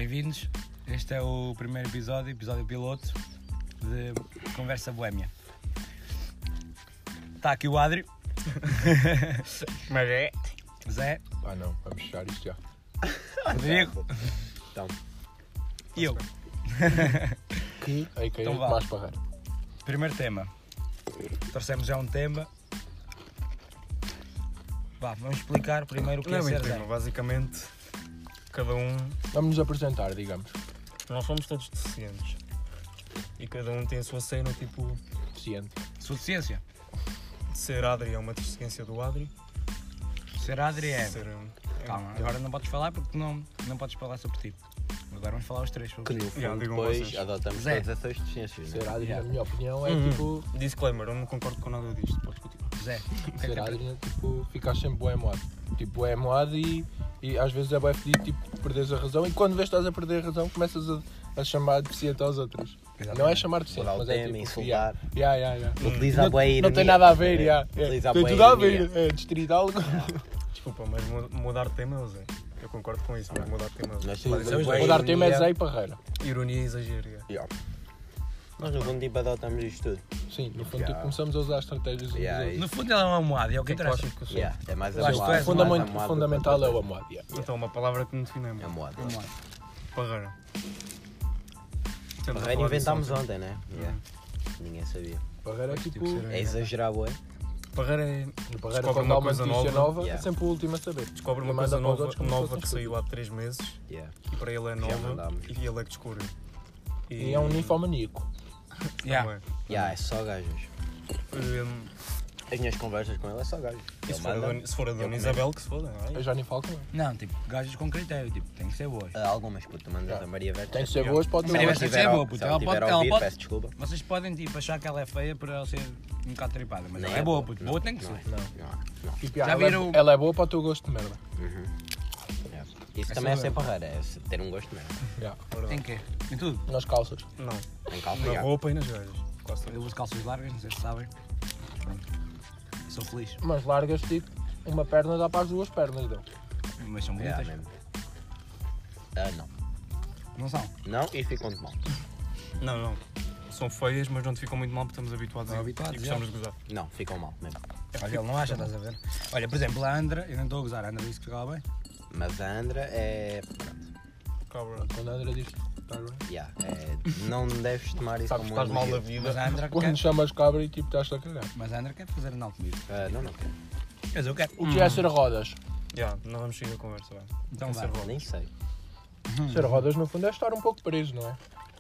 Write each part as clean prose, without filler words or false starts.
Bem-vindos, este é o primeiro episódio piloto de Conversa Boémia. Está aqui o Adri. Mas é. Zé. Ah não, vamos fechar isto já. Rodrigo. Então. E eu. Que aí caiu Então vá. mais Parreira. Primeiro tema. Trouxemos já um tema. Vá, vamos explicar primeiro o que Não é é bem ser Zé. tema, basicamente, cada um. Vamos nos apresentar, digamos. Nós somos todos deficientes. E cada um tem a sua cena, tipo, Ciente. Suficiência. ser Adri é uma deficiência do Adri. Ser Adri é... Ser, Calma, agora não podes falar porque não podes falar sobre ti. Agora vamos falar os três sobre Que ti. no fundo digam depois vocês. adotamos Zé. todas essas deficiências, Ser não é? Adriana, na minha opinião, é Uhum. tipo. Disclaimer, eu não concordo com nada disto, podes continuar. Zé, o que é Ser que é Adriana, tipo, ficar sempre bué moado. Tipo, bué moado e às vezes é bué fedido, tipo, perderes a razão. E quando vês que estás a perder a razão, começas a chamar deficiente aos outros. Exatamente. Não é chamar deficiente, Mudar o mas é tema, tipo. insultar. Yeah. Utilizar bué Não ironia. tem nada a ver, yeah. Utilizar Tem bué tudo a ver. ironia. É distrital. Desculpa, mas mudar de tema, Zé. Eu concordo com isso, mas mudar de tema. Nós Mas temos bué Vou dar tema é ironia. Zé e Parreira. Ironia e exagero. Nós no fundo tipo adotamos isto tudo. Sim, no fundo, Yeah. tipo, começamos a usar estratégias uns dos Yeah, outros. No fundo ela é uma moada, é o O que que é que tu interessa. achas que eu sou? Yeah, é mais Eu acho que tu amoado. és O fundamental é o amoado. Yeah. Então, uma palavra que me define é É amor. amoado. Vamos lá. Parreira. Estamos a Parreira falar disso inventámos ontem. ontem, né? Yeah. Ninguém sabia. Parreira é Pois, tipo. tipo, ser- É exagerar, bué. Parreira é. No Parreira, Descobre quando uma há uma coisa notícia nova. nova, Yeah. é sempre o último a saber. Descobre uma Manda coisa para os nova, outros como se nova fosse que um saiu há 3 meses Yeah. e para ele é Já nova mandámos. e ele é que descobre. E é um ninfomaníaco. Yeah. Yeah, é só gajos. As minhas conversas com ele é só gajos. E Ele manda se for a Dona eu Isabel, que se foda. ai. Eu já nem falo com ele. Não, tipo, gajas com critério, tipo, tem que ser boas. algumas, puto. Mandas a Maria Verde. Tem que ser boas, pode Maria ser. Verde é boa, puto. Se Ela ela pode- tiver a ela ouvir, pode- peço desculpa. Vocês podem tipo, achar que ela é feia por ela ser um bocado tripada, mas Nem ela é boa, puto. Não, Boa tem que não ser. é. Não. Tipo, Já ela, viram- ela é boa para o teu gosto de merda. Uhum. Yeah. Isso É também é só ser eu. parreira, é ter um gosto mesmo. Yeah. Em quê? Em tudo. Nas calças. Não. Em calça, Na yeah. roupa e nas gajas. Quase Eu todas. uso calças largas, não sei se sabem. Mas pronto. Sou feliz. Mas largas, tipo, uma perna dá para as duas pernas dele. Mas são Yeah, bonitas. mesmo. Não. Não são? Não e ficam-te mal. Não. São feias, mas não te ficam muito mal porque estamos habituados Estão a habituados, e gostamos de gozar. Não, ficam mal mesmo. Olha, ele não acha, estás a ver? Olha, por exemplo, a Andra, eu não estou a gozar, a Andra disse que ficava bem. Mas a Andra é. Cabra. Quando a Andra diz que está bem. Yeah, não deves tomar isso Sabes que como estás mal da elogio. vida. Mas a Andra Quando quer, chamas cabra e tipo estás a cagar. mas a Andra quer fazer anal comigo. Não quero. Mas eu quero. O que é ser rodas? Não vamos seguir a conversa, vai. Então Quer vá. ser roda. Nem sei. Ser rodas no fundo é estar um pouco preso, não é?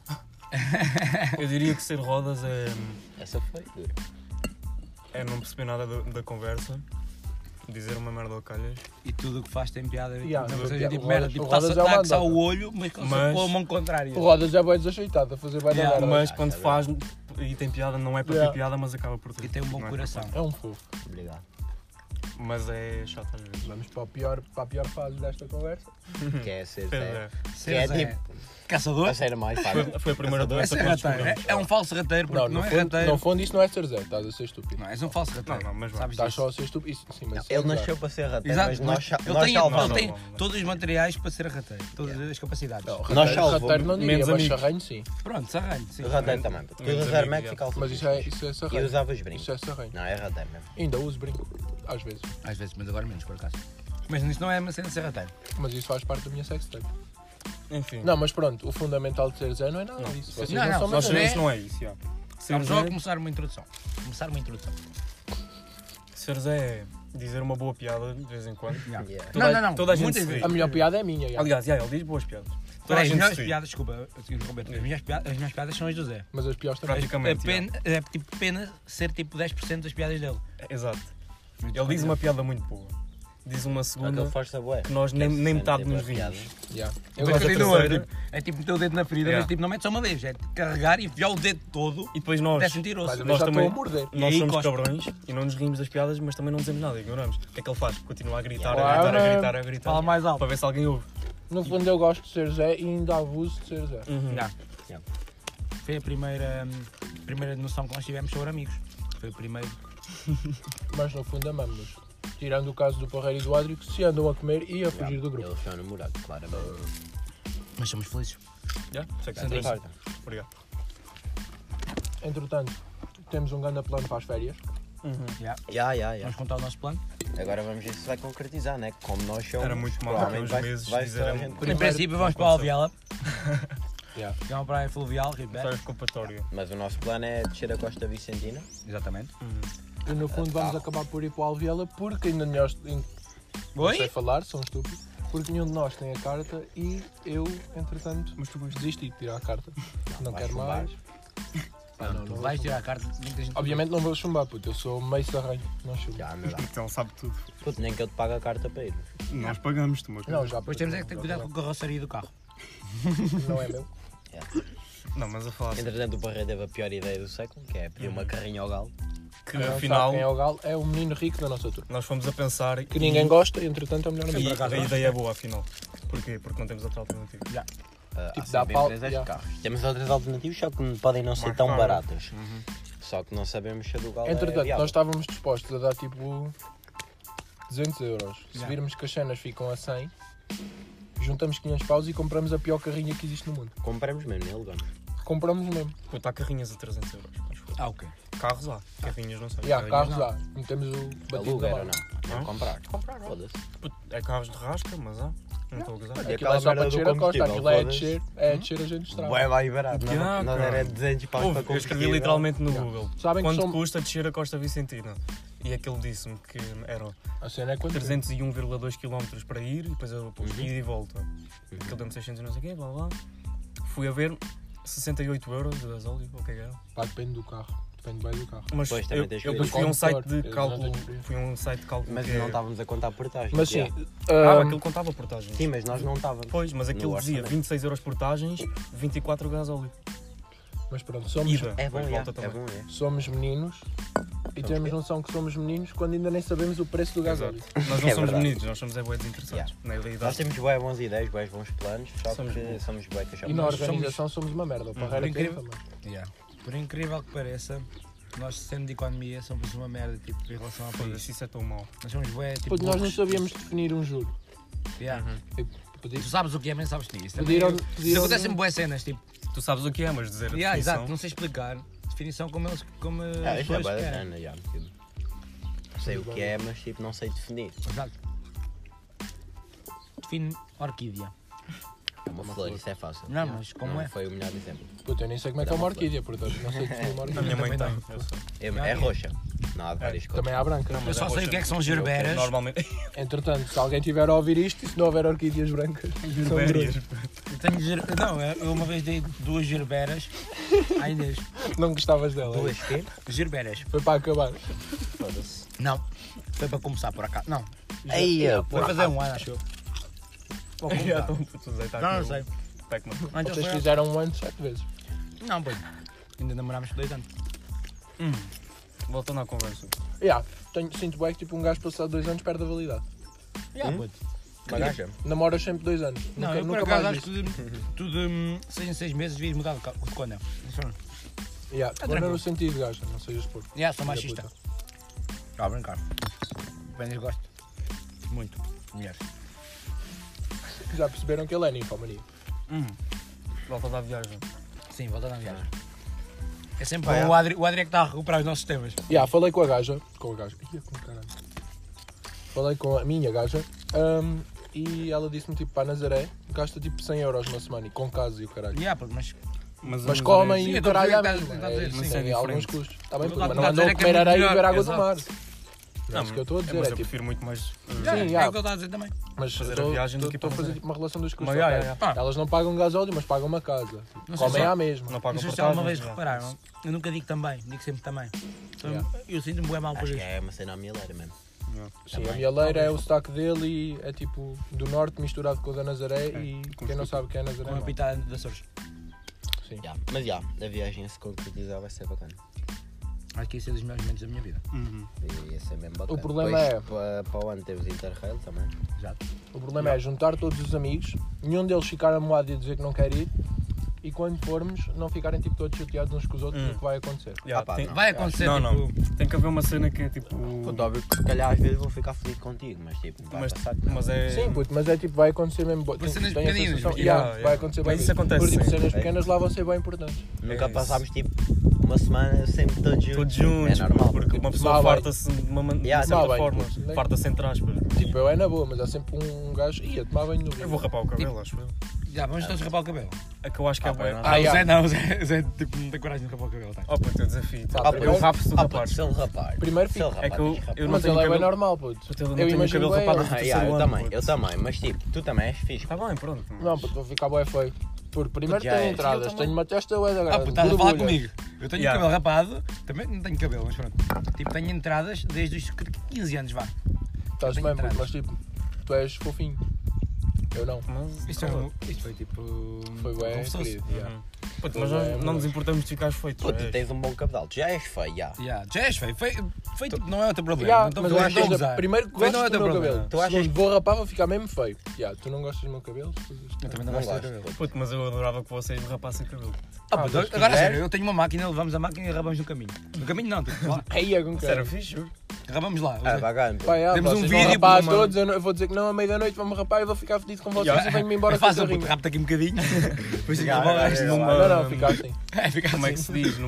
Eu diria que ser rodas Essa foi dura. é não perceber nada da conversa, dizer uma merda ao calhas. E tudo o que faz tem piada. Yeah, Não o seja rodas- tipo o merda, tipo, rodas está é uma a coçar andota. o olho, mas com a mão contrária. O rodas é bem desajeitado a fazer bem da Yeah, merda. Mas Ah, quando tá faz e tem piada, não é para Yeah. ter piada, mas acaba por ter. E tem um bom Não é coração. É um fofo. Obrigado. Mas é chato às vezes. Vamos para a pior fase desta conversa. Que é ser Pois Zé. é. Ser Que é Zé. tipo. Caçador? A ser mais fácil. Foi a primeira É doença ser que nós rateiro. descobrimos. É um falso rateiro, porque não, é rateiro. No fundo isso não é ser Zé, estás a ser estúpido. Não, és um falso rateiro. Não, mas vá. sabes Estás disso. só a ser estúpido. Isso, sim, mas isso é Ele verdade. nasceu para ser rateiro, Exato, mas mas nós ele tem, salvamos. ele tem Não. todos os materiais para ser rateiro. Todas as capacidades. Não, Nós rateiro, salvamos. rateiro não diria, Menos mas amigos. sarranho sim. Pronto, sarranho. Sim. O rateiro também. Porque Menos usar amigos, Mac já. fica alto. Mas isso é E sarranho. usavas brincos. Isso é sarranho. Não, é rateiro mesmo. Ainda uso brinco, às vezes. Às vezes, mas agora menos, por acaso. Mas isto não é uma cena de ser rateiro. Mas isso faz parte da minha sextape. Enfim. Não, mas pronto, o fundamental de ser Zé não é nada disso. Vocês Não, não, não, são Nós Mas mais sabemos é- que não é isso, já. Ser Vamos só a Zé, começar uma introdução. ser Zé é dizer uma boa piada de vez em quando. Yeah. Yeah. Toda- Não. toda a gente Muitas se ri. vezes. A melhor piada é minha, já. Aliás, ele diz boas piadas. Toda a Peraí, as gente melhores se ri. piadas, desculpa, as minhas piadas são as do Zé. Mas as piores também. Praticamente. É tipo pena ser tipo 10% das piadas dele. Exato. Ele diz uma piada muito boa. Diz uma segunda Aquele força bué. que nós nem metade nos rimos. Já. Eu Mas gosto da continua, terceira. tipo, é tipo meter o dedo na ferida, Yeah. mas tipo, não mete só uma vez, é carregar e enfiar o dedo todo E depois nós, até sentir osso. Mas Nós já também- estou a morder. E nós aí somos cospe. cabrões e não nos rimos das piadas, mas também não dizemos nada, ignoramos. O que é que ele faz? Continua a gritar, Yeah. a gritar, a Claro. gritar, a gritar. Fala mais alto. Para ver se alguém ouve. No fundo eu gosto de ser Zé e ainda abuso de ser Zé. Já. Yeah. Foi a primeira noção que nós tivemos sobre amigos. Foi o primeiro. Mas no fundo amamos-nos. Tirando o caso do Parreira e do Adri, que se andam a comer e a fugir do grupo. Eles são namorados, claramente. Mas somos felizes. Já? Sei que Sim, sim. sim. Obrigado. Entretanto, temos um grande plano para as férias. Já. Vamos contar o nosso plano. Agora vamos ver se vai concretizar, né? Como nós somos. Era muito mal provavelmente aqueles vai- meses vai dizerem- estar a gente- Em Primeiro- princípio vamos para a Alviela. Yeah. Que é uma praia fluvial, Ribeiro. Só escapatória. Mas o nosso plano é descer a Costa Vicentina. Exatamente. E no fundo vamos acabar por ir para o Alviela porque ainda nós, não sei Oi? falar, sou um estúpido, porque nenhum de nós tem a carta e eu, entretanto, Mas tu vais. desisti de tirar a carta. Não vais quero chumbar. mais. Não, não Tu vou vais chumbar. tirar a carta. Muita gente. Obviamente não vou chumbar, puto, eu sou meio sarranho, não chumbo. Já, não dá. Então sabe tudo. Puto, nem que eu te pague a carta para ir. Nós pagamos, tu Não, já Depois temos é que ter cuidado com a carroceria do carro. não é meu. Não, mas a falar assim, Entretanto, o Barreiro teve a pior ideia do século, que é pedir uma carrinha ao galo. que Não afinal sabe quem é o galo, é o menino rico da nossa turma. nós fomos a pensar Que ninguém gosta e entretanto é o melhor e amigo. a ideia é boa afinal. Porquê? Porque não temos outra alternativa. Tipo, Há dá sempre pau- empresas de já. carros. Temos outras alternativas, só que podem não ser Mais tão caro. baratas. Só que não sabemos se a do galo é Entretanto, viável. nós estávamos dispostos a dar tipo 200 euros. Se Já. virmos que as cenas ficam a 100, juntamos 500 paus e compramos a pior carrinha que existe no mundo. Compramos mesmo, nem alugamos. Compramos mesmo. Puta, há carrinhas a 300 euros. acho eu. Ok. Carros há. Carrinhas não sei. E há Carrinhas carros lá. Metemos o batido Aluga da era mão. não. Não comprar. Comprar, não. Foda-se. Puto, é carros de rasca, mas há. Não estou a gozar. E Aquilo aquela é só para merda do descer a costa, combustível, aquilo é a foda-se. descer, é a descer a gente estrada. Bué vai barato. Não, Já, não cara. era 200 paus Ouve, para eu combustível. escrevi literalmente no Já. Google. Sabem que Quanto somos- custa descer a Costa Vicentina? E aquele disse-me que eram A cena é quanto? 301,2 km para ir e depois eu pus ida e volta. Aquele deu-me 600 e não sei o quê, blá blá. Fui a ver 68 euros de gasóleo, ou o que é que era. Pá, depende do carro. Depende bem do carro. Mas Pois, também eu tens que depois ver. fui a um site Condutor, de eu cálculo. não tenho experiência. Fui a um site de cálculo. Mas que não é... estávamos a contar portagens. Mas sim, Ah, ahm, aquilo contava portagens. Sim, mas nós não estávamos. Pois, mas aquilo No dizia orçamento. 26 euros portagens, 24 gasóleo. mas pronto, somos, Ida. É bom, Depois é. volta É também. bom, é. somos meninos e temos quê? noção que somos meninos quando ainda nem sabemos o preço do Exato. gasóleo. Nós não É somos verdade. bonitos, nós somos bué desinteressados. Na Nós realidade. temos bué bons ideias, bué bons planos, só Somos que bons. somos bué E cachados. na Nós organização somos uma merda. O Parreira Por tem incrível- também. Por incrível que pareça, nós sendo de economia somos uma merda tipo, em relação ao país. Foda-se, isso é tão mau. Nós somos bué, tipo. Puto, nós não burros. sabíamos definir um juro. Yeah. E pedir- Tu sabes o que é, mas não sabes nisso. Pediram- Isso pediram- acontecem boas cenas, tipo. Tu sabes o que é, mas dizer a Yeah, definição. exato, não sei explicar. Definição como eles. Como as Isso é pessoas bué da querem. cena, já. Tipo, sei o que é, mas tipo, não sei definir. Exato. Define orquídea. É uma flor, isso é fácil. Não, mas como Não é? foi o melhor exemplo. Puta, eu nem sei como é que é uma orquídea, portanto, não sei definir uma A orquídea. minha mãe Também tem. não. eu sei. É roxa. Não, há de várias cores. Também há branca. Eu só é sei roxa. o que é que são gerberas. Normalmente. Entretanto, se alguém tiver a ouvir isto e se não houver orquídeas brancas, são Gerbérias. brancas. Eu tenho Não, eu uma vez dei 2 gerberas à Inês. Não gostavas dela. Duas quê? Gerberas. Foi para acabar. Foda-se. Não. Foi para começar por acaso. Não. Aí, Foi fazer um ano, acho eu. Ou Já começar. estão putos a Não, não sei. Pac-Man. Antes Vocês foi- fizeram um ano 7 vezes. Não, pois. Ainda namorámos por 2 anos. Voltando à conversa. Sinto bem que tipo um gajo passado 2 anos perde a validade. Pois. Uma gaja? Namoras sempre 2 anos. Não, nunca eu por nunca acaso mais acho isso. que tu de 6 em 6 meses devias mudar de condão. Quando tranquilo. no sentido gaja, não sejas porco. Sou machista. Ah, brincar. Apenas gosto. Muito. de Mulheres. Já perceberam que ele é ninfomania. Volta da viagem. Sim, voltando à viagem. É sempre Vai, bom. O Adri é que está a recuperar os nossos temas. Falei com a gaja. Ia com caralho. Falei com a minha gaja e ela disse-me tipo para Nazaré gasta tipo 100 euros na semana e com casa e o caralho. Mas Mas comem Sim, e eu o estou a caralho à dizer que mesma. estás a dizer, Isso sim. tem Mas é alguns diferente. custos. Está bem, Eu mas estou não a andam a dizer que é comer muito areia e melhor, beber água do exato. mar. Não é isso Não, que eu estou a dizer. mas É eu tipo, prefiro muito mais. Sim, é o que eu estou a dizer também. mas fazer a estou viagem do que estou a para fazer fazer. tipo, uma relação dos custos. Mas, ok? já. Elas não pagam gasóleo, mas pagam uma casa. Tipo, Não sei comem se- à mesma. Não Não pagam sei se portagens. alguma vez já. repararam. Eu nunca digo também, digo sempre também. Então, Yeah. eu sinto-me bem mal por Acho isso. que é uma cena à mieleira mesmo. Sim, Também. a mieleira é o sotaque dele e é tipo do norte misturado com o da Nazaré e com quem não os sabe quem é Nazaré. Com uma não. pitada de Açores. Sim. Já. Mas já, a viagem se concretizar vai ser bacana. Acho que ia ser dos melhores momentos da minha vida. Ia ser mesmo bacana. O problema Depois, é- para o ano temos Interrail também. Exato. O problema é juntar todos os amigos, nenhum deles ficar amoado e dizer que não quer ir e quando formos não ficarem tipo todos chateados uns com os outros, porque vai acontecer. Yeah, pá, tem, não. Vai acontecer, não, tipo... tem que haver uma cena que é tipo. Puto, óbvio que se calhar às vezes vou ficar fodido contigo, mas tipo, vai Mas, passar. mas é. Sim, puto, mas é tipo, vai acontecer mesmo. cenas Tenho a pequeninas, sensação- yeah, vai yeah. acontecer Mas bem. isso acontece Por tipo, sempre. cenas pequenas lá vão ser bem importantes. Nunca É passámos tipo uma semana sempre todos juntos. Todos juntos, É normal. porque uma pessoa Tomar farta-se de uma Yeah, certa tomar banho, forma. puto. Farta-se entre aspas. Tipo, eu é na boa, mas há sempre um gajo. Ia tomar banho no Eu rio. vou rapar o cabelo, acho eu. Já, vamos todos rapar o cabelo. É que eu acho que é pá, bué. não. Ah, o yeah. Zé não, o Zé tipo, não tem coragem de rapar o cabelo, tá? Oh, puto, eu desafio. Ah, Eu primeiro- rapo se tu Ah, rapares. puto, se ele rapar. Primeiro Se ele fica. rapar, É que eu tens que rapar. não Mas tenho ele é bem cabelo. normal, puto. Eu não Eu tenho o imagino cabelo bem. rapado Ah, desde o Yeah, terceiro eu ano. também, puto. eu também, mas tipo, tu também és fixe. Tá bem, pronto. Não, puto, vou ficar bué feio. Porque primeiro Já tenho é. entradas, Eu também. tenho uma testa bué da Ah, grande. puto, estás a falar borbulhas. comigo. Eu tenho o Yeah. cabelo rapado, também não tenho cabelo, mas pronto. Tipo, tenho entradas desde os 15 anos, vá. Estás tenho bem, puto, entradas. mas tipo, tu és fofinho. Eu não. Mas, Isto foi tipo... Foi bué confessou-se. querido. yeah. Puto, mas nós não nos importamos de ficar feitos. Puto, tu tens um bom cabedal, tu já és feio, já. Yeah, já és feio. Feio tipo, não é o teu problema. Yeah, não estou mas a eu falar de acho que usar. primeiro Feio gosto não é o do teu meu problema. cabelo. Tu achas Segundo, que- vou rapar, vou ficar mesmo feio. Yeah, tu não gostas do meu cabelo? Eu também não Não gosto do gosto. cabelo. Puto, mas eu adorava que vocês me rapassem o cabelo. Puto, mas se agora quiser- sério, eu tenho uma máquina, levamos a máquina e rabamos no caminho. No caminho não, tipo, lá. Aí é com Sério, cara. fixe, juro. Rabamos lá. Ah, bacana. Pá, yeah, Temos um vocês vão vídeo, rapar mano. todos, eu vou dizer que não, à meia da noite vamos rapar e vou ficar fedido com vocês Yeah. e venho-me embora É com o fácil, puto, carrinho. rapta aqui um bocadinho. Depois Já, acabou o já, resto. já. Numa- Não, fica assim. É, fica Como é que assim. se diz?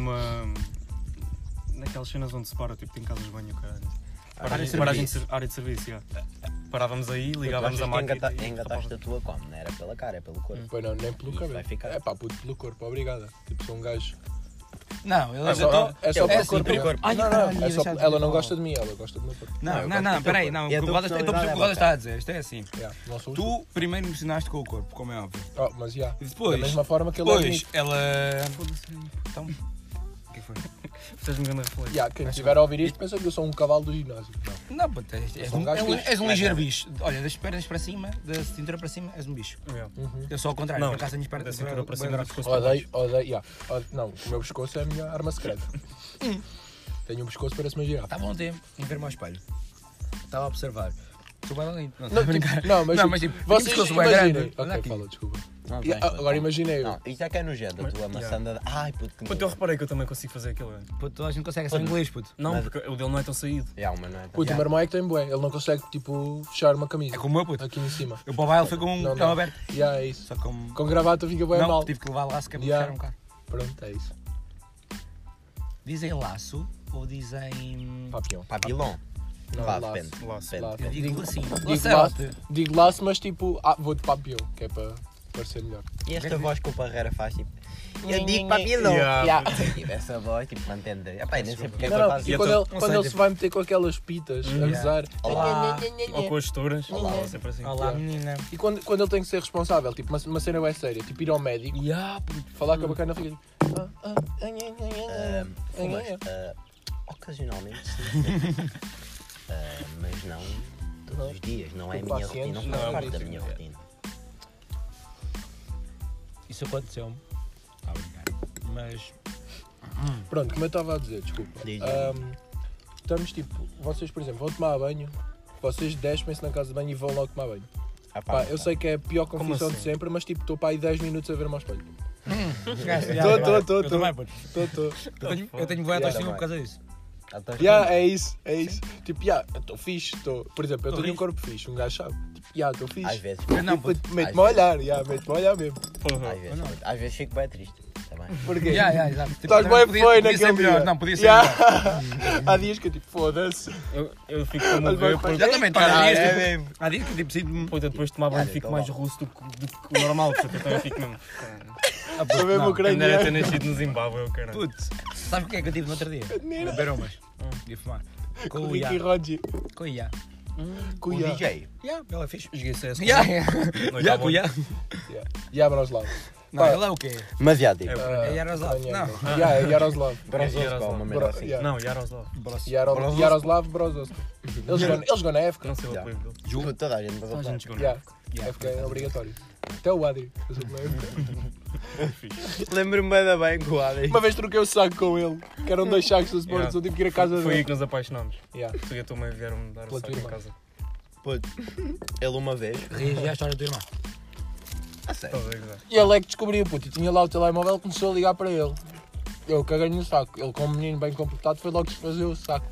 Naquelas cenas onde se para, tipo, tem casas de banho, caralho. Área de Área de serviço, já. Parávamos aí, ligávamos a máquina. e Engataste a tua como? Não era pela cara, é pelo corpo. Pois não, nem pelo Isso cabelo. vai ficar. É pá, puto, pelo corpo, obrigada. Tipo, sou um gajo. Não, ele É só, acertou. é só Eu- pelo assim, corpo. pelo yeah. corpo. Ai, Não, caralho, não, é só, deixaste ela de não falar. gosta de mim, ela gosta do meu corpo. Não, eu não, gosto não, do teu peraí, corpo. não. E a O que tua o Rodas personalidade está a dizer, isto é assim. Yeah, não sou Tu primeiro emocionaste com o corpo, como é óbvio. Oh, mas já. E depois, Da mesma forma que ele é depois bonito. ela... Então, o que foi? Fizeste-me grande reflexo. Yeah, quem estiver a ouvir isto pensa que eu sou um cavalo do ginásio. Não. Não, puto, és sou um gajo fixe. és um ligeiro bicho. Olha, das pernas para cima, da cintura para cima, és um bicho. Yeah. Eu sou ao contrário, Não, por acaso tenho as pernas da cintura para cima, bem do grossas. pescoço para baixo. Odeio. Yeah. Não, o meu pescoço é a minha arma secreta. Tenho um pescoço que parece uma girafa. Estava há um tempo em ver-me ao espelho. Estava a observar. Sou bem lindo. Não, Não, estou a brincar. tipo, não, mas, Não, mas tipo, vocês tenho um pescoço bem imaginem. grande. Olha Ok, aqui. fala, desculpa. Não, Yeah, tens, agora imaginei eu. Não, isto é que é nojento, a tua maçã da... Ai, puto, que Puto, eu reparei que eu também consigo fazer aquilo. velho. Puto, toda a gente consegue, é só inglês, puto. Não, Mas- porque o dele não é tão saído. Yeah, mas não é Puto, o meu irmão é que tem bué. Ele não consegue, tipo, fechar uma camisa. É como eu, puto. Aqui em cima. Eu para o baile foi com um Não, botão não. aberto. Yeah, é isso. Só com... Com gravata fica bué Não, mal. tive que levar laço que é para Yeah. fechar um carro. Pronto, é isso. Dizem laço ou dizem... Papião. Papilão. Não, Vá, laço. depende. Laço. Depende. Laço. Eu digo assim. Digo Laçote. Digo laço, mas tipo, vou de papião, que é para parecer melhor. E esta voz que o Parreira faz, tipo... Eu digo papilão. Yeah. Tipo, essa voz, tipo, mantendo... Epá, nem sei porque é que Não, eu não, faço e isso. quando, tô- ele, não quando sei, ele tipo- se vai meter com aquelas pitas a Yeah. rezar. Olá. Ou com as touras. Olá. Sempre assim. Olá, menina. E quando ele tem que ser responsável, tipo, uma cena bem séria, tipo ir ao médico, Yeah, puto. falar com a bacana fica tipo. Fumas, ocasionalmente, sim. Mas não todos os dias. Não é a Com minha rotina. Não pacientes, faz não, parte da isso minha não é. rotina. Isso aconteceu-me. Ah, obrigado. Mas... Pronto, como eu estava a dizer, desculpa. Diz. Estamos tipo, vocês por exemplo, vão tomar banho, vocês despem-se na casa de banho e vão logo tomar banho. Ah, Pá, eu sei que é a pior confissão assim? de sempre, mas tipo, estou para aí 10 minutos a ver-me ao espelho. Tô. Tô. também, puto. Estou. Eu tenho boa autoestima Yeah, por causa disso. Yeah, é isso. Tipo, eu estou fixe, estou. Por exemplo, eu Tô tenho um rico. corpo fixe, um gajo sabe. Tipo, estou fixe. Às vezes, Eu não, puto. Mete-me a olhar, mete-me a olhar mesmo. Porra. às vezes fico bem triste. Também. Porquê? Exato. Tipo, Estás também bem feio podia ser naquele melhor. dia. Não, podia ser Yeah. melhor. Há dias que eu tipo, foda-se. Eu fico como Olha, ver vai- porque... Exatamente, Caralho, há dias é que- mesmo. há dias que tipo sinto-me... Puta, depois de tomar banho Olha, fico então mais vá. russo do que o normal, portanto então eu fico mesmo. Estou mesmo Não, Quem dera ter ucraniano. nascido no Zimbábue, eu caralho. Putz, sabe o que é que eu tive no outro dia? Beber umas. Ia fumar. Com o Ricky Iá. Roger. Com o Iá. Com o DJ. Ela é fixe. Joguei CS. Iá, Não, com o Iá. Yaroslav. Não, Pá. ele é o quê? Mas já digo. É Yaroslav. Não. É Yaroslav. Brozovsko, uma merda assim. Yeah. Não, Yaroslav. Yaroslav Brozosko. Ele jogou na FK. Não sei o Yeah. apelido dele. Juro, toda a gente Toda a gente jogou na Yeah. época. FK é obrigatório. Até o Adri. Eu sou da FK. Lembro-me bem bem com o Adri. Uma vez troquei o saco com ele, que eram 2 sacos de Sport, Yeah. só tive que ir a casa Foi aí dele. que nos apaixonámos. Yeah. Tu e a tua mãe vieram-me dar o Pela saco tua em irmã. casa. Puto, ele uma vez, Reagi à história do teu irmão. A sério. Estás a ver? E ele é que descobriu, puto, e tinha lá o telemóvel, começou a ligar para ele. Eu caguei no saco. Ele, como menino bem comportado, foi logo desfazer o saco.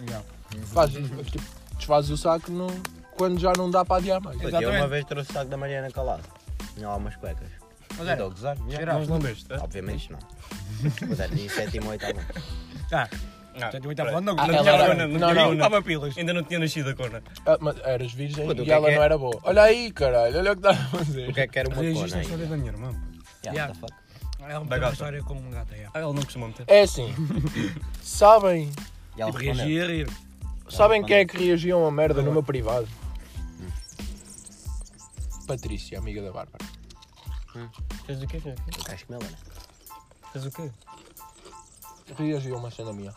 Desfazes o saco quando já não dá para adiar mais. Puto, eu uma vez trouxe o saco da Mariana Calado. Tinha lá umas cuecas. Mas Estou a gozar? Não os lambeste? é? Obviamente não. Mas era de 7º ou 8º. Portanto, eu estava falando, não, ela era- não. estava pilas. Ainda não tinha nascido a cona. Mas eras virgem Puto, o e que é ela que é? não era boa. Olha aí, caralho, olha o que estás a fazer. O que é que era uma Reagiste cona à aí? história da minha irmã. Yeah, what the fuck? É uma Da gata. história com um gato, é. Ah, ele não costuma meter. É assim, sabem E ela Tipo, respondeu. reagir a rir. Sabem quem é que reagiu a uma merda no meu privado? Patrícia, amiga da Bárbara. Fez o quê? O Cascamela, né? Fez o quê? Reagiu a uma cena minha.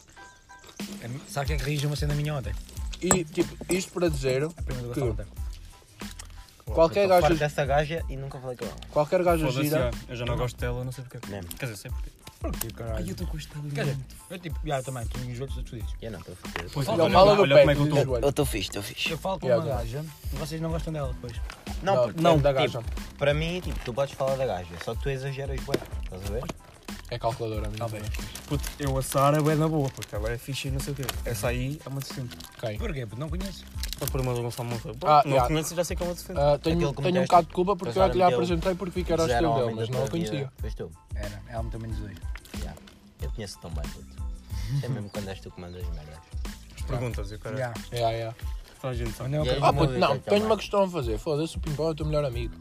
Sabe quem é que reagiu uma cena minha ontem? E, tipo, isto para dizer A prima do que Gonçalo ontem. qualquer Estou farto gajo, dessa gaja e nunca falei com ela. qualquer gajo Foda-se, gira, eu já não gosto dela, não sei porquê. Mesmo. Quer dizer, sei porquê. Porquê, Ai, caralho? eu estou com este Quer dizer, eu tipo, já também, tu me joelhos todos fodidos. Eu não, estou fodido. Pois, Fala, olha, fala do olha pé, como é que eu diz estou. o olho. Eu estou fixe, estou fixe. Eu falo com Yeah, uma também. gaja e vocês não gostam dela depois. Não, Não, porque, não, tipo, da gaja. para mim, tipo, tu podes falar da gaja, só que tu exageras bué, estás a ver? É calculadora, amigo. Talvez. Puto, eu a Sara é na boa, porque ela é fixe e não sei o quê. Essa aí é uma decente. Ok. Porquê? Porque não conheço. A prima do Gonçalo Monteiro. Ah, Não yeah. conheço, já sei que é uma decente. Tenho, Aquele que tenho um meteste, bocado de culpa porque eu é que lhe Sara meteu apresentei porque vi que era o Zero estilo dele, homem mas da não a tua vida. conhecia. Vês tu? Era, ela me também nos dois. Yeah. Eu conheço tão bem, puto. É mesmo quando és tu que mandas merdas. As perguntas, eu quero. Já. Yeah. Toda a gente sabe. Onde é o E aí? cara? Puto, não, também. tenho uma questão a fazer. Foda-se, o Pimpão é o teu melhor amigo.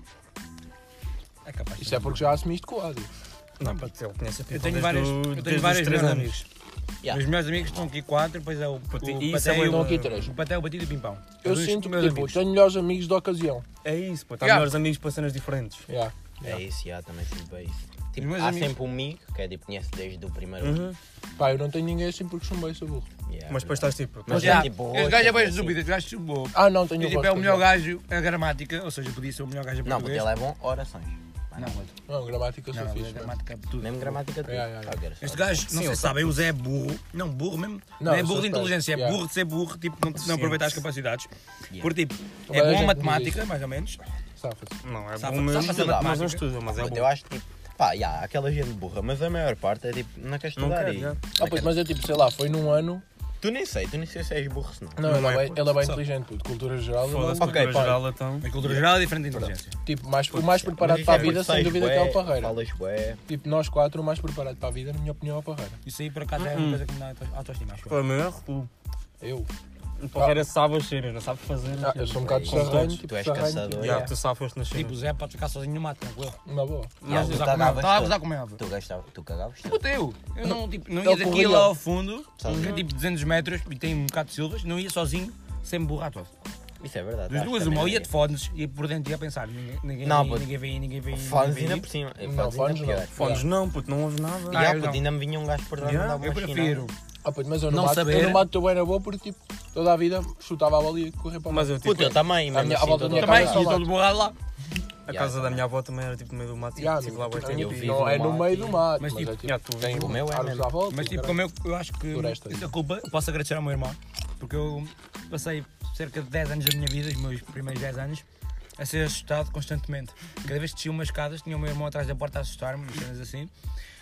É capaz. Isso é porque já assumiste com o Adi. Não, puto, ele conhece a Eu Pipa tenho desde vários, o- eu desde tenho os vários 3 melhores anos. amigos. Yeah. Os meus amigos estão aqui 4, depois é o Puto, o isso Paté é e Estão o- aqui 3. o Paté, o Batido e o Pimpão. Eu São os sinto que, meus tipo, amigos. tenho melhores amigos de ocasião. É isso, puto. Há Yeah. melhores amigos para cenas diferentes. Yeah. É isso, já, também sinto bem isso. Os Tipo, meus há amigos- sempre um amigo, que é tipo, conhece desde o primeiro Uhum. Pá, eu não tenho ninguém assim porque chumbei, sou burro. Yeah, Mas depois estás tipo. Mas Já, é tipo, esse gajo é bem assim. estúpido, esse gajo subou. Ah, não, tenho E, tipo, voz é o para melhor dizer. gajo, a gramática, ou seja, podia ser o melhor gajo em Não, porque português. ele é bom orações. Não, mas- Não, gramática eu sou não, fixe. a mas- gramática é tudo. Mesmo gramática tudo. Yeah. Ah, quero só. Este gajo, não Sim, sei eu se sabem, o Zé é burro. Não, burro mesmo. Não, é eu burro sou de inteligência, é esperto, burro de ser burro, tipo, não Sim. aproveitar as capacidades. Yeah. Porque, tipo, Toda é a bom a gente matemática, diz mais ou menos. Safa-se. Não, é Sabe- bom mesmo. sabe fazer Mas não matemática? estuda, mas é Puto, bom. eu acho que tipo, pá, há aquela gente burra, mas a maior parte é tipo, não quer Não estudar quer, e... já. Ah, pois, mas é tipo, sei lá, foi num ano. Tu nem sei se és burro se não. Não, ele Não é é, bem, puto. ele é bem Só- inteligente, puto. Cultura geral. ele é Foda-se, um- Ok, cultura pá. geral então. A cultura geral é diferente da inteligência. Tipo, o mais preparado para a vida, sem dúvida, que é o Parreira. Falas bué. Tipo, nós 4, o mais preparado para a vida, na minha opinião, é o Parreira. Isso aí, por acaso, é uma coisa que me dá autoestima, acho eu. Para mim é recuo. Eu. O Parreira sabe as cenas, não sabe fazer. Eu sou um bocado Como sarranho, todos. tipo, Tu és sarranho, caçador. tipo, Já, tu safas nas Tipo, o cenas. Zé pode ficar sozinho no mato, tranquilo. na boa. Estava a tu gozar cagavas estava a todo. gozar com ele. Tu cagavas tudo. Puta, eu não, tipo, não Ele ia daqui corria. lá ao fundo, Sozinho. tinha tipo 200 metros e tem um bocado de silvas, não ia sozinho, sem borrar todo. Isso é verdade. Das acho duas, que uma, ou também ia de fones e por dentro ia pensar, ninguém Não, vem, puto. ninguém vem, ninguém vem. Fones ninguém ainda vem. por cima. Não, Fones fones ainda não. pior. Fones não, puto, não ouves nada. Ah, Já, eu puto, não. ainda me vinha um gajo por trás Yeah, mandar uma Eu prefiro. Mas eu Não não, saber. eu não bato tão bem na boa porque, tipo, toda a vida chutava a bola e ia correr para o Mas mato. eu tipo. Puta, eu também. A mesmo minha- assim, a volta da todo minha Também, casa e só todo borrado lá. A casa da minha avó também era tipo no meio do mato e Já, tipo lá vai ter eu tempo. vi. não é no meio do mato, Mas, mas tipo, é tipo, Já, tu tem o meu é árvores mesmo. à volta. Mas tipo, caralho. como eu acho que Floresta. essa culpa eu posso agradecer ao meu irmão, porque eu passei cerca de 10 anos da minha vida, os meus primeiros 10 anos, a ser assustado constantemente. Cada vez que descia umas escadas, tinha o meu irmão atrás da porta a assustar-me, e cenas assim.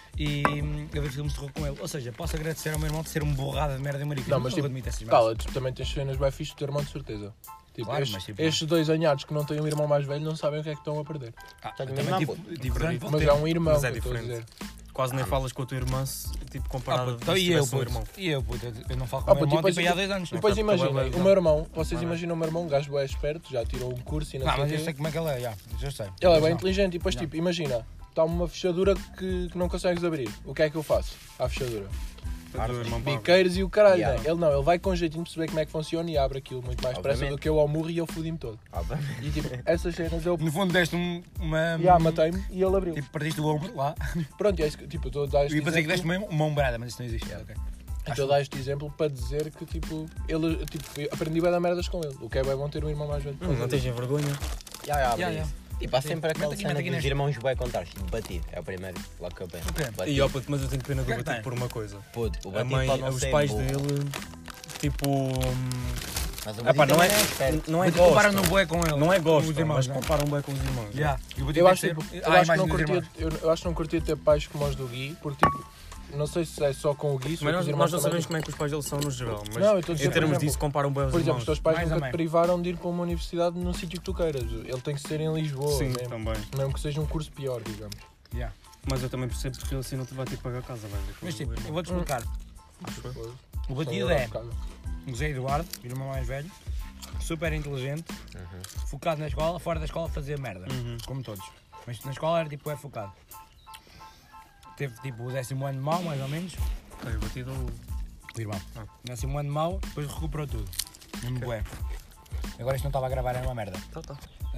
E eu vi filmes de terror com ele. Ou seja, posso agradecer ao meu irmão de ser um borrado de merda e marica. Não, mas tipo, admito essas merdas. cala, tu também tens cenas bem fixe do teu irmão, de certeza. Tipo, Claro, estes, mas, tipo, estes dois anhados que não têm um irmão mais velho não sabem o que é que estão a perder. Ah, Tenho eu um também irmão, tive, puto. tive durante pouco Mas tempo. é um irmão, Mas é que eu estou a diferente. dizer. quase nem falas com a tua irmã, tipo, comparado Então, se e eu, tivesse um irmão. puto? E eu, puto? Eu não falo com Ah, o meu puto, irmão depois- tipo aí há 2 anos. Depois Ok, imaginem, então vai, o meu irmão, vocês Vai. imaginam o meu irmão, um gajo bem esperto, já tirou um curso e não Não, sei o mas eu quê. sei como é que ele é, já sei. Ele é bem Não. inteligente e depois, Não. tipo, imagina, está uma fechadura que não consegues abrir. O que é que eu faço à fechadura? O teu irmão Pablo. Biqueiros e o caralho, Yeah. né? Ele não, ele vai com jeitinho de perceber como é que funciona e abre aquilo muito mais depressa Obviamente. do que eu ao murro e eu fodi-me todo. Obviamente. E tipo, essas cenas eu. No fundo deste uma... Já matei-me e ele abriu. Tipo, perdiste o ombro lá. Pronto, é isso que, tipo, eu estou a dar este E pensei que deste exemplo, uma ombrada, mas isso não existe. É, ok. estou a dar este exemplo para dizer que, tipo, ele, tipo, eu aprendi bem dar merdas com ele. O que é bem bom ter um irmão mais velho. Não tens vergonha. Já, abre Já, isso. Tipo, há sempre aquela Mete aqui, cena mete aqui dos neste. irmãos bué contares. Tipo, batido. É o primeiro. Logo que eu penso. Ok. Batido. E ó, puto, mas eu tenho pena do que é que batido tem? por uma coisa. Puto, o A batido mãe, pode não os ser pais burro. dele, tipo, Mas o Pá, Bati não também é esperto. não é Mas comparam gosto. no bué com ele. Não é com gosto, os irmãos, mas né? comparam bem com os irmãos. Yeah. E o Bati Eu tem acho, que tipo, ser- eu, Ah, acho que não imagem dos curtia, irmãos. eu acho que não curtia ter pais como os do Gui, porque tipo, não sei se é só com o Gui, se Mas com os nós irmãos não também, sabemos como é que os pais deles são no geral, mas Não, eu estou a dizer, em por termos exemplo, disso comparam bem os Por exemplo, os irmãos. teus pais Mais ou nunca te menos. privaram de ir para uma universidade num sítio que tu queiras. Ele tem que ser em Lisboa, Sim, mesmo. também. Mesmo que seja um curso pior, digamos. Yeah. Mas eu também percebo porque ele assim não te vai ter que pagar a casa, velho. Mas tipo, eu vou-te explicar. Acho eu. Foi. O 100 batido euros é de casa. o José Eduardo, o irmão mais velho, super inteligente, focado na escola, fora da escola fazia merda, como todos. Mas na escola era tipo, é focado. Teve tipo o 10º ano mau, mais ou menos, Tenho batido o irmão. Ah. 10º ano mau, depois recuperou tudo. Mesmo bué. Agora isto não estava a gravar, era uma merda. Tá.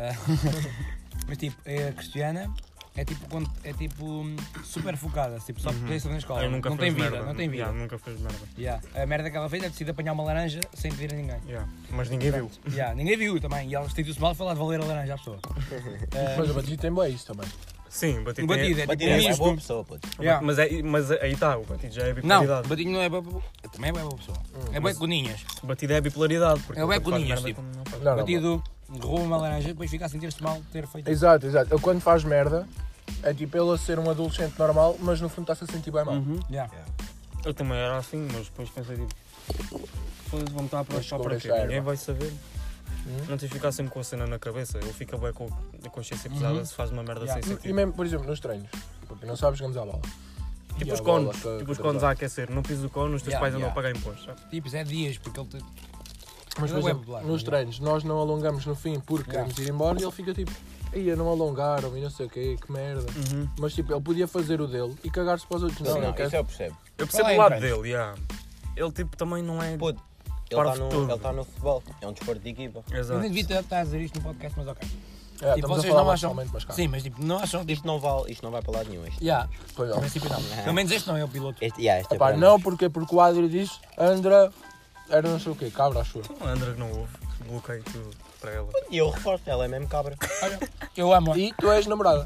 Mas tipo, a Cristiana é tipo super focada, tipo, só porque na escola. Eu nunca não fez tem vida, merda. não tem vida. Yeah, nunca fez merda. Yeah. A merda que ela fez é decidir apanhar uma laranja sem pedir a ninguém. Yeah. Mas ninguém viu. Yeah, ninguém viu também, e ela sentiu-se mal e foi lá devolver a laranja à pessoa. Mas o Batido tem bem isso também. Sim, batido. Um batido é Bati tipo um é misto. boa pessoa, puto. Yeah. Mas aí está, o batido já é Não, bipolaridade. batinho não é boa pessoa. Também é boa pessoa. É boa coninhas. O batido é bipolaridade. Porque É bué ele faz coninhas, merda tipo. como não faz. Não, não, Batido rouba uma laranja e depois fica a sentir-se mal de ter feito. Exato. Ele quando faz merda, é tipo ele a ser um adolescente normal, mas no fundo está-se a sentir bem mal. Yeah. Eu também era assim, mas depois pensei tipo. Foda-se, vamos estar a aproveitar para descobres quê? a erva. Ninguém vai saber. Não tens de ficar sempre com a cena na cabeça. Ele fica bem com a consciência pesada se faz uma merda Yeah. sem E sentido. mesmo, por exemplo, nos treinos, porque não sabes, jogamos à bola. Tipo E os a bola cones. que- Tipo os que cones dá. a aquecer. Não pises o cone, os teus Yeah, pais andam a yeah. pagar impostos. Sabe? Tipo, isso é dias, porque ele te... Mas, por Ele é exemplo, popular, nos yeah. treinos, nós não alongamos no fim porque Yeah. queremos ir embora e ele fica tipo, ia não alongaram e não sei o quê, que merda. Mas tipo, ele podia fazer o dele e cagar-se para os outros. Não, Não, eu quero- isso eu percebo. Eu percebo Qual é o lado a diferença? dele, yeah. Ele tipo também não é. Puto, Para ele o futuro. está no futebol. É um desporto de equipa. Eu Exato. nem devia estar a dizer isto no podcast, mas ok. É, Tipo, estamos a vocês falar não acham... pessoalmente, mas cá. Sim, mas tipo, não acham... Tipo, Isto não vai para lado nenhum. Isto. yeah, Pois no não. princípio não. Pelo menos este não é o piloto. Este é Epá, para não, nós. porque o Adri disse, Andra, era não sei o quê, cabra, acho eu. O André que não ouve. Bloqueio tudo para ela. E eu reforço, ela é mesmo cabra. Eu amo. E tu és namorada.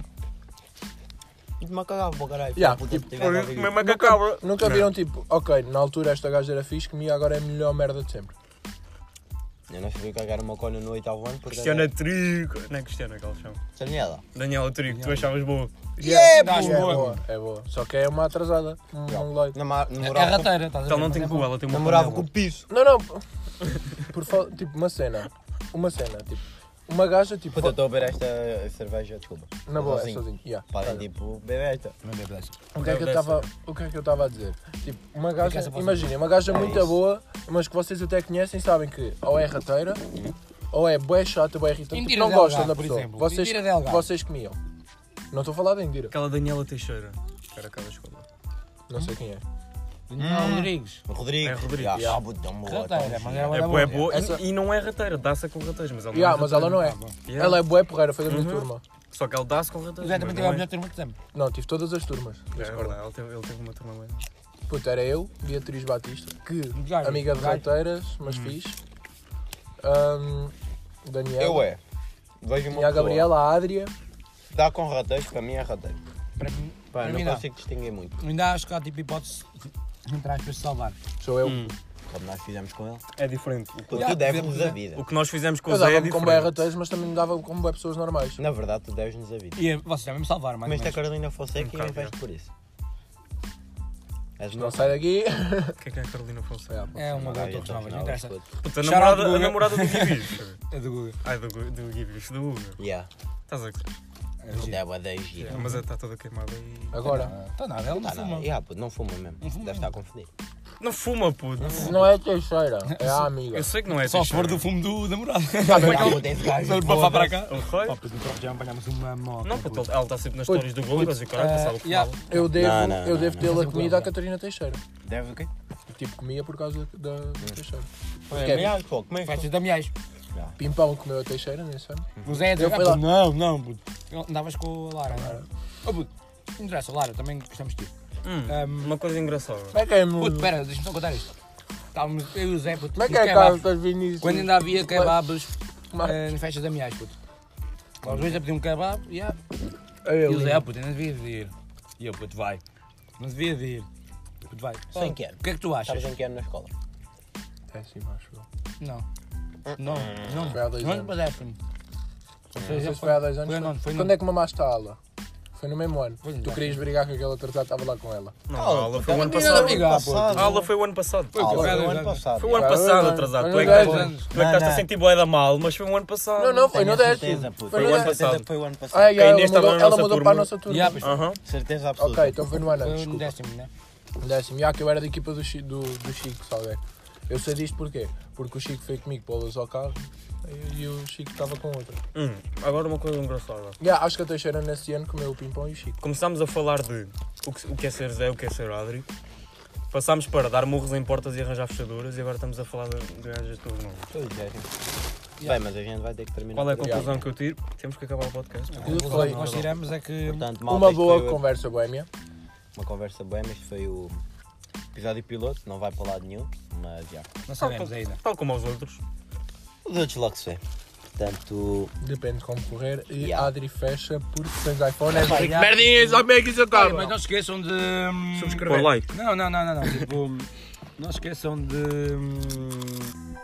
E me cagava para o caralho. Yeah, Puta, tipo, se tivesse a ouvir Mesmo isto. a cabra. Nunca viram tipo, ok, na altura esta gaja era fixe, que agora é a melhor merda de sempre. Eu não sabia cagar uma cona no 8º ano porque... Cristiana Trigo. Não é Cristiana que ela chama. Daniela. Daniela Trigo, tu achavas boa. Acho É boa. boa, é boa. Só que é uma atrasada, um leite. É Namorava, rateira, estás a ver? Ela não tem Mas é cu, bom. ela tem uma namorava panela. com o piso. Não, tipo, uma cena, tipo, uma gaja, tipo, Puta, eu estou a beber esta cerveja, desculpa. na boa, é sozinho. sozinho, yeah. Podem Olha. tipo beber esta. Não bebo dessa. O que é que eu estava a dizer? Tipo, uma que gaja, essa possa imagina, uma gaja É muito isso. boa, mas que vocês até conhecem, sabem que ou é rateira, ou é bué chata, bué irritante, Indira não de gostam Algarve, da por pessoa. exemplo. Vocês, Indira de Algarve. vocês comiam. Não estou a falar da Indira, Aquela Daniela Teixeira. Era aquela escola. não sei quem é. Daniel Rodrigues. Rodrigo. É Rodrigo. Já, Yeah. puta, uma Rateira, mas era É boa. boa, é boa. Essa- E não é rateira, dá-se com rateiros, mas ela não Yeah, é mas ela não é. Ah, bom. Yeah. Ela é bué porreira, foi da minha turma. Só que ela dá-se com O rateiros. Zé também mas teve a não melhor turma de sempre. Não, tive todas as turmas da É escola. verdade, ele teve uma turma bem. Puta, era eu, Beatriz Batista, que Gajo, amiga de gajo. rateiras, mas fixe. Daniela. Eu é. Vejo uma E a pessoa, Gabriela, a Adria. dá com rateiros, para mim é rateiro. Para mim, Pá, para não mim não. consigo distinguir muito. Ainda acho que há tipo hipótese entre aspas de salvar. Sou eu. Como nós fizemos com ele. É diferente. Tu Yeah, deves-nos fizemos, a vida. O que nós fizemos com Eu o Zé é dava-me com bué diferente. rateiros, mas também me dava com bué pessoas normais. Na verdade, tu deves-nos a vida. E vocês já mesmo salvaram, mais Mas ou esta menos. Carolina Fonseca e bocado, investes por isso. És Não sai daqui. O que é a Carolina Fonseca? É uma boa torre nova, não interessa. Puta, Shout out a Guga. namorada do Gibis. É do Google. Ai, do Gibis, do Hugo. Yeah. Estás a gostar? Deve a 10 gira. Mas está toda queimada e... Agora. Está nada, ela não Tá, não, fuma. yeah, puto, não fuma mesmo. Não fuma Deve estar a confundir. Não fuma, puto. Não é Teixeira, é a amiga. Eu sei que não é Só se for Teixeira. do fumo do namorado. Ah, puto, esse gajo, Se ele para para cá. Ele foi? Pá, pois no carro já apanhámos uma moto. Não, puto, ela está sempre nas histórias do Golas e caralho, sabe o que yeah. fala. Eu devo, Não, não, eu não, devo não. tê-la Fazem comida à com Catarina Teixeira. Deve o quê? Tipo, comia por causa da Teixeira. É, mas, pô, como é que Festas de Amiais. Pimpão comeu a Teixeira nesse ano. O Zé Eu fui lá. não, puto. Andavas com a Lara, não era? Oh, puto, não interessa, Lara, também gostamos de ti. Uma coisa engraçada. Como é que é, Puto, pera, deixa-me só contar isto. Estávamos eu e o Zé, puto, Como é que nos é, kebabs. Carlos, estás Vinícius? Quando ainda havia kebabs Mas- em festas de Amiais, puto. Nós dois a pedir um kebab, yeah. É E o Zé, ele. puto, ainda devia de ir. E eu, puto, vai. Não devia de ir. Puto, vai. Sei em que ano. O que é que tu achas? Estavas em que ano na escola? É sim, acho eu. Não. Não, Foi há 2 não anos. para décimo. Ou Não seja, sei se foi há 2 anos. Foi não, foi Quando não. é que mamaste a ala? Foi no mesmo ano. Foi no Tu décimo. querias brigar com aquela atrasada, estava lá com ela. Não, a aula foi o ano Não, passado. não, A aula foi o ano passado. Ah, foi o dois ano anos. passado. Foi o ano Foi passado, no atrasado. Tu ano é que dez estás- anos. tu é que estás a Não. sentir bué da mal, mas foi o ano passado. Não, foi no Tenho a 10. certeza, puto. Foi Foi no o ano 10. passado. Foi o ano Ah, passado. yeah, Quem ela estava mudou, na ela nossa mudou turma? para a nossa turma. Yeah, pois Aham. Certeza absoluta. Ok, então foi no ano Foi antes, no desculpa. décimo, né? Décimo. Já que eu era da equipa do Chico Salgueiro. Eu sei disto porquê? Porque o Chico foi comigo para o Luz ao carro e o Chico estava com outra. Agora uma coisa engraçada. Yeah, acho que a Teixeira nesse ano comeu o Pimpão e o Chico. Começámos a falar de o que é ser Zé, o que é ser Adri. Passámos para dar murros em portas e arranjar fechaduras e agora estamos a falar de gajas todos novos. Pois é. Bem, mas a gente vai ter que terminar. Qual é a por conclusão aqui. que eu tiro? Temos que acabar o podcast. A Foi- conclusão que nós tiramos é que Portanto, malta, Uma isto boa foi conversa boémia. uma conversa boa, este foi o episódio piloto, não vai para lado nenhum, mas já. não sabemos ainda. Tal como aos outros. Os outros logo se vê. Portanto, Depende de como correr. E Yeah. Adri fecha porque tens iPhone. É Vai, merdinhas, olha bem que isso Olha, acaba. mas não se esqueçam de Subscrever. Like. Não. Tipo, não se esqueçam de